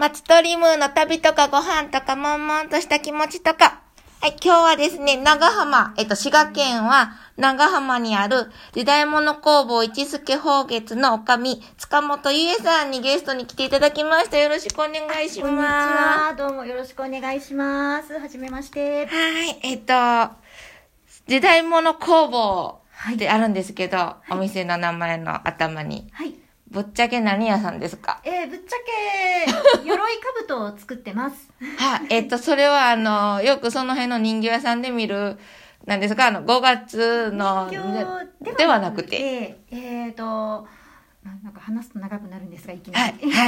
松鳥ムーの旅とかご飯とか悶々とした気持ちとか。はい、今日はですね、長浜、滋賀県は長浜にある時代物工房一助宝月の女将、塚本ゆえさんにゲストに来ていただきました。よろしくお願いします。 こんにちは。どうもよろしくお願いします。はじめまして。 はい、時代物工房ってあるんですけど、はい、お店の名前の頭に。はい。ぶっちゃけ何屋さんですか？ ぶっちゃけ、鎧兜を作ってます。 はい。それはよくその辺の人形屋さんで見る、なんですか5月の、ではなくて。 なんか話すと長くなるんですが、いきなり。 はい。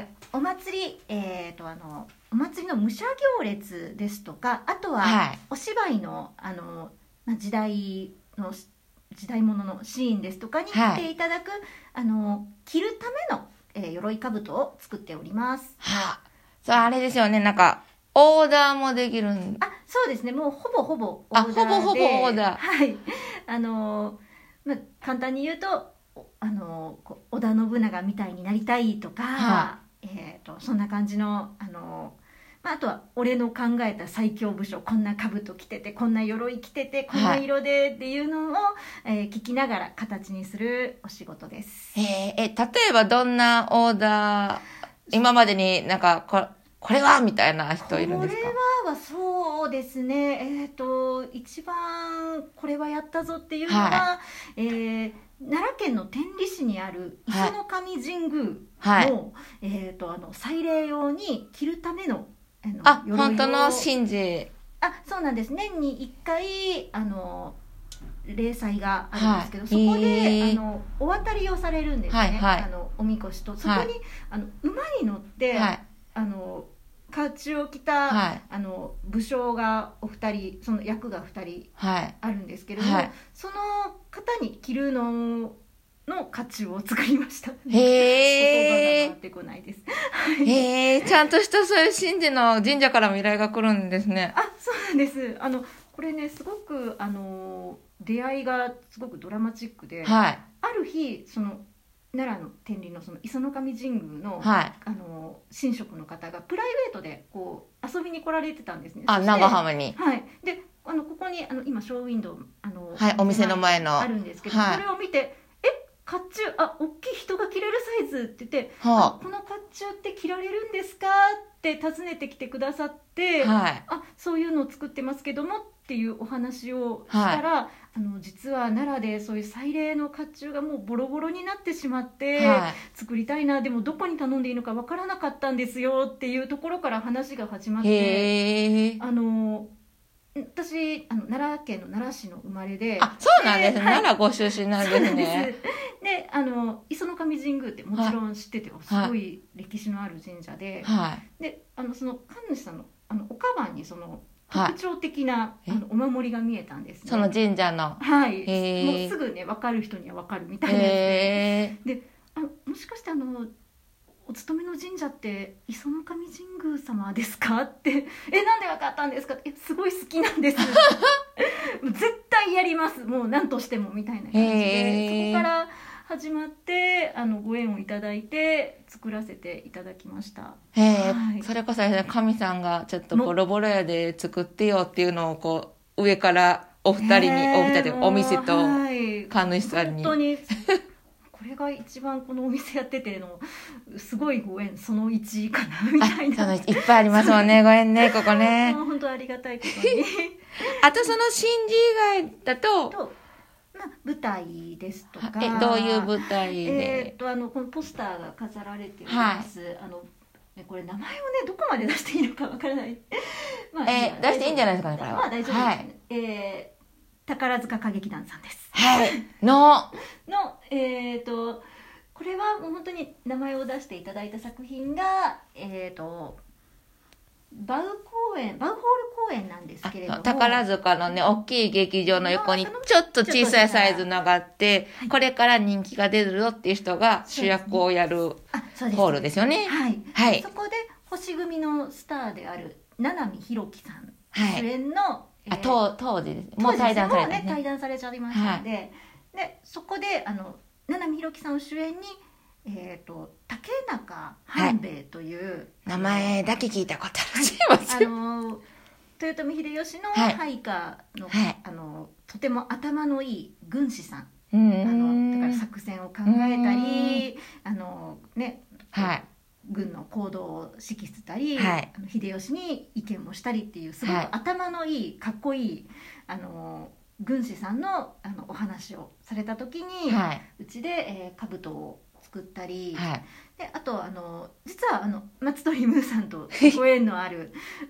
お祭り、お祭りの武者行列ですとか、あとは、お芝居の、時代物のシーンですとかに来ていただく、着るための、鎧兜を作っております。 そう、あれですよね、なんか、オーダーもできるんで。 そうですね、もうほぼほぼオーダーで。 ほぼオーダー。 はい。簡単に言うと、織田信長みたいになりたいとか、そんな感じの、あとは俺の考えた最強武将、こんな兜着てて、こんな鎧着てて、こんな色でっていうのを、聞きながら形にするお仕事です。 例えばどんなオーダー、今までになんかこれはみたいな人いるんですか？ これはそうですね、一番これはやったぞっていうのは、奈良県の天理市にある磯の神神宮の、祭礼用に着るための本当の神事。 そうなんです。年に1回例祭があるんですけど、そこでお渡りをされるんですね。おみこしとそこに、馬に乗って、甲冑を着た、武将がお二人、その役が2人あるんですけれども、その方に着るの甲冑を作りました。言葉が回ってこないです。 ちゃんとしたそういう神事の神社からも依頼が来るんですね。 そうなんです。これね、すごく出会いがすごくドラマチックで、ある日その奈良の天理のその磯の神神宮の、神職の方がプライベートでこう遊びに来られてたんですね。 長浜に。 で、ここに今ショーウィンドウお店の前のあるんですけど、これを見て。甲冑、大きい人が着れるサイズって言って、この甲冑って着られるんですかって尋ねてきてくださって、そういうのを作ってますけどもっていうお話をしたら、実は奈良でそういう祭礼の甲冑がもうボロボロになってしまって、作りたいな、でもどこに頼んでいいのかわからなかったんですよっていうところから話が始まって、私奈良県の奈良市の生まれで、 そうなんですね。奈良ご出身なんですね。 で磯の神神宮ってもちろん知ってて、すごい歴史のある神社で、でその神主さんのおかばんにその特徴的なお守りが見えたんですね。 その神社の。 もうすぐね分かる人には分かるみたいなやつで、もしかしてお勤めの神社って磯の神神宮様ですかって、なんでわかったんですかって、すごい好きなんです絶対やります、もう何としてもみたいな感じで、そこから始まってご縁をいただいて作らせていただきました。 それこそ神さんがちょっとボロボロやで作ってよっていうのをこう上からお二人でお店と神主さんに、 本当にこれが一番このお店やっててのすごいご縁その1かなみたいな。 いっぱいありますもんね、ご縁ね、ここね。 本当ありがたいことにあとその神事以外だと舞台ですとか。 どういう舞台で？ このポスターが飾られております。これ名前をねどこまで出していいのかわからない出していいんじゃないですかね、これは。 大丈夫ですね。宝塚歌劇団さんです。これはもう本当に名前を出していただいた作品がバウホール公園なんですけれども、 宝塚のね大きい劇場の横にちょっと小さいサイズのがあって、これから人気が出るぞっていう人が主役をやるホールですよね。 そこで星組のスターである七海弘樹さん主演の、 当時です。もう対談された対談されちゃいましたので、そこで七海弘樹さんを主演に竹中半兵衛という、 名前だけ聞いたことある。 豊臣秀吉の配下の、とても頭のいい軍師さん、だから作戦を考えたり軍の行動を指揮したり、秀吉に意見もしたりっていうすごく頭のいいかっこいい軍師さんのお話をされた時に、うちで兜を作ったり、であと実は松鳥ムーさんとご縁のある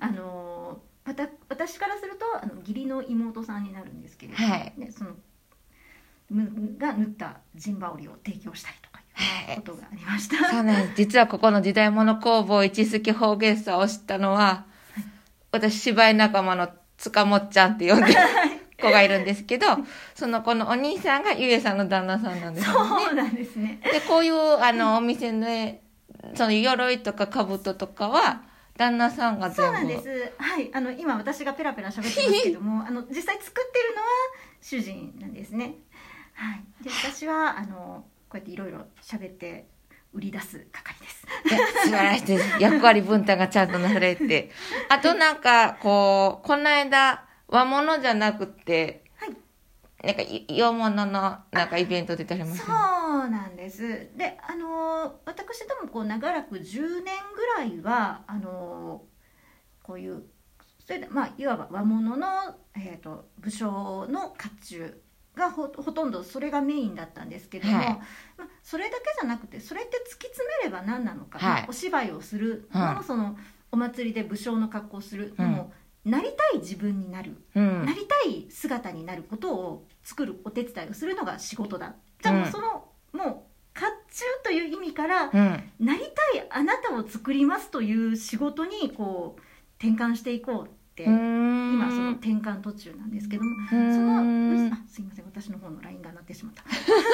私からすると義理の妹さんになるんですけれども、そのが縫った陣羽織を提供したりとかいうことがありました。 そうなんです。実はここの時代物工房一助方言さを知ったのは、私芝居仲間の塚もっちゃんって呼んでる子がいるんですけど、その子のお兄さんがゆえさんの旦那さんなんですよね。 そうなんですね。 でこういうお店のその鎧とか兜とかは旦那さんが全部。 そうなんです。はい。今私がペラペラ喋ってますけども実際作ってるのは主人なんですね。はい。で私はこうやっていろいろ喋って売り出す係です。 素晴らしいです。役割分担がちゃんとなされて。あとなんかこの間和物じゃなくて、なんか洋物のなんかイベント出てありますね。 そうなんです。で私ども長らく10年ぐらいはこういうそれでいわば和物の武将の甲冑がほとんどそれがメインだったんですけども、それだけじゃなくてそれって突き詰めれば何なのか、お芝居をするのもそのお祭りで武将の格好をするのも、なりたい自分になる、なりたい姿になることを作るお手伝いをするのが仕事だ。じゃあもうそのもう甲冑という意味から、なりたいあなたを作りますという仕事にこう転換していこうって今その転換途中なんですけども、すいません私の方の LINE が鳴ってしまった、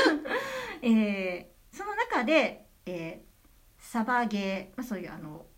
その中で、サバゲー、そういう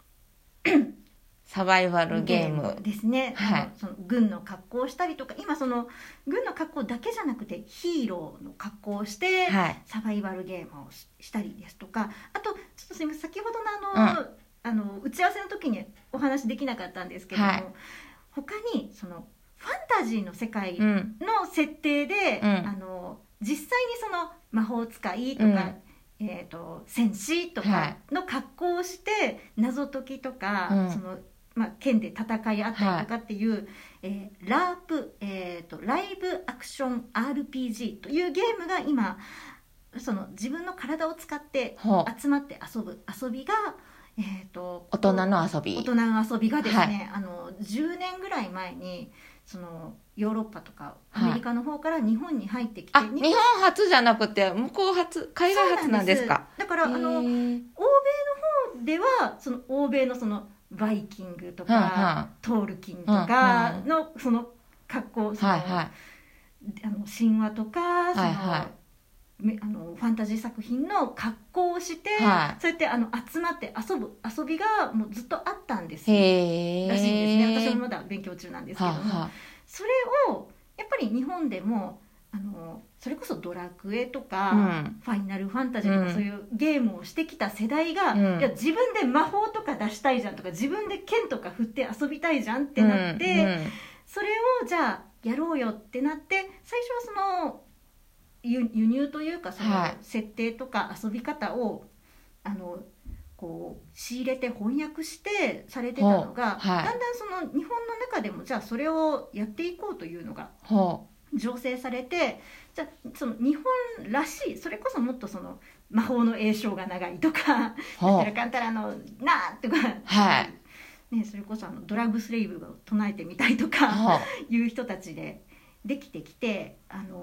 サバイバルゲームですね、その軍の格好をしたりとか、今その軍の格好だけじゃなくてヒーローの格好をして、サバイバルゲームをしたりですとか、あとちょっとすいません先ほどの打ち合わせの時にお話できなかったんですけども、他にそのファンタジーの世界の設定で、実際にその魔法使いとか、戦士とかの格好をして謎解きとか、その剣で戦いあったりとかっていう、ライブアクション RPG というゲームが今その自分の体を使って集まって遊ぶ遊びが、 大人の遊びがですね、10年ぐらい前にそのヨーロッパとかアメリカの方から日本に入ってきて、 日本初じゃなくて向こう初、海外初なんですか。 だから欧米の方ではその欧米のそのバイキングとか、トールキンとかのその格好、その神話とか、ファンタジー作品の格好をして、そうやって集まって遊ぶ遊びがもうずっとあったんですらしいんですね。私もまだ勉強中なんですけども、それをやっぱり日本でもそれこそドラクエとか、ファイナルファンタジーとか、そういうゲームをしてきた世代が、いや自分で魔法とか出したいじゃんとか、自分で剣とか振って遊びたいじゃんってなって、それをじゃあやろうよってなって、最初はその輸入というかその設定とか遊び方をこう仕入れて翻訳してされてたのが、だんだんその日本の中でもじゃあそれをやっていこうというのが醸成されて、じゃあその日本らしい、それこそもっとその魔法の詠唱が長いとか、なんたらかんたらなーとか、それこそドラッグスレイブを唱えてみたいとかいう人たちでできてきて、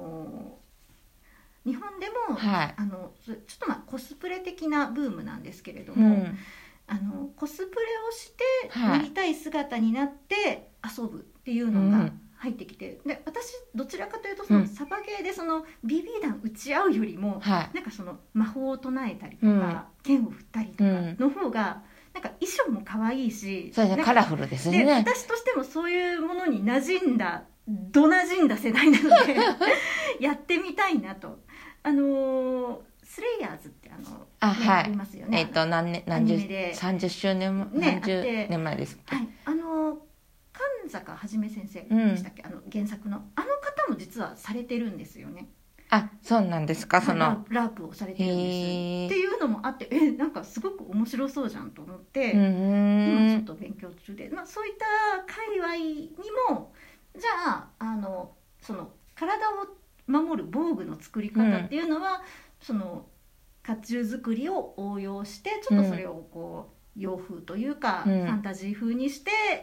日本でも、ちょっとコスプレ的なブームなんですけれども、コスプレをしてなりたい姿になって遊ぶっていうのが入ってきて、で私どちらかというとそのサバゲーでその BB 弾打ち合うよりも、なんかその魔法を唱えたりとか、剣を振ったりとかの方がなんか衣装も可愛いし、 カラフルですね。 で私としてもそういうものに馴染んだ世代なのでやってみたいなと。 スレイヤーズってはい。 ありますよね。 何十、30周年前、何十年前ですか。 はい。神坂はじめ先生でしたっけ、原作の。あの方も実はされてるんですよね。 そうなんですか、 ラープをされてるんです。っていうのもあって、なんかすごく面白そうじゃんと思って、今ちょっと勉強中で、そういった界隈にも、じゃあ、その体を守る防具の作り方っていうのは、その甲冑作りを応用して、ちょっとそれをこう、洋風というか、ファンタジー風にして、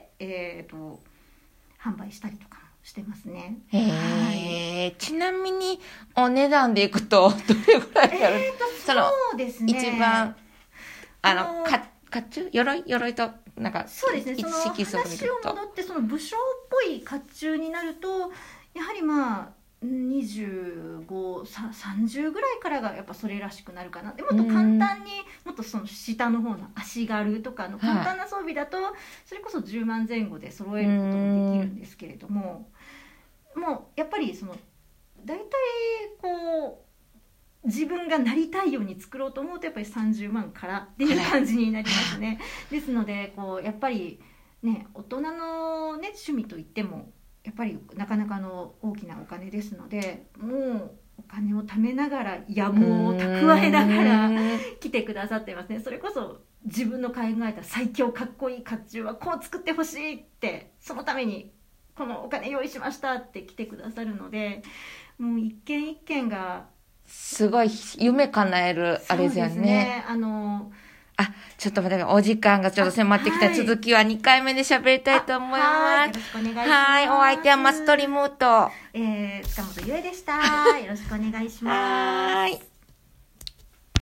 販売したりとかしてますね。 ちなみにお値段でいくとどれぐらいやる？ そうですね。 一番甲冑鎧となんかそうですね。その話を戻ってその武将っぽい甲冑になるとやはり25、30ぐらいからがやっぱそれらしくなるかな。でもっと簡単にもっとその下の方の足軽とかの簡単な装備だとそれこそ10万前後で揃えることもできるんですけれども、もうやっぱりその大体こう自分がなりたいように作ろうと思うとやっぱり30万からっていう感じになりますね。ですのでこうやっぱりね、大人のね趣味といってもやっぱりなかなかの大きなお金ですので、もうお金を貯めながら野望を蓄えながら来てくださってますね。それこそ自分の考えた最強かっこいい甲冑はこう作ってほしいって、そのためにこのお金用意しましたって来てくださるので、もう一件一件がすごい夢叶えるあれですよね。そうですね。ちょっと待って、お時間がちょっと迫ってきた。続きは2回目で喋りたいと思います。 よろしくお願いします。 はい、お相手はマストリムート。 塚本ゆえでした。よろしくお願いします。 はい。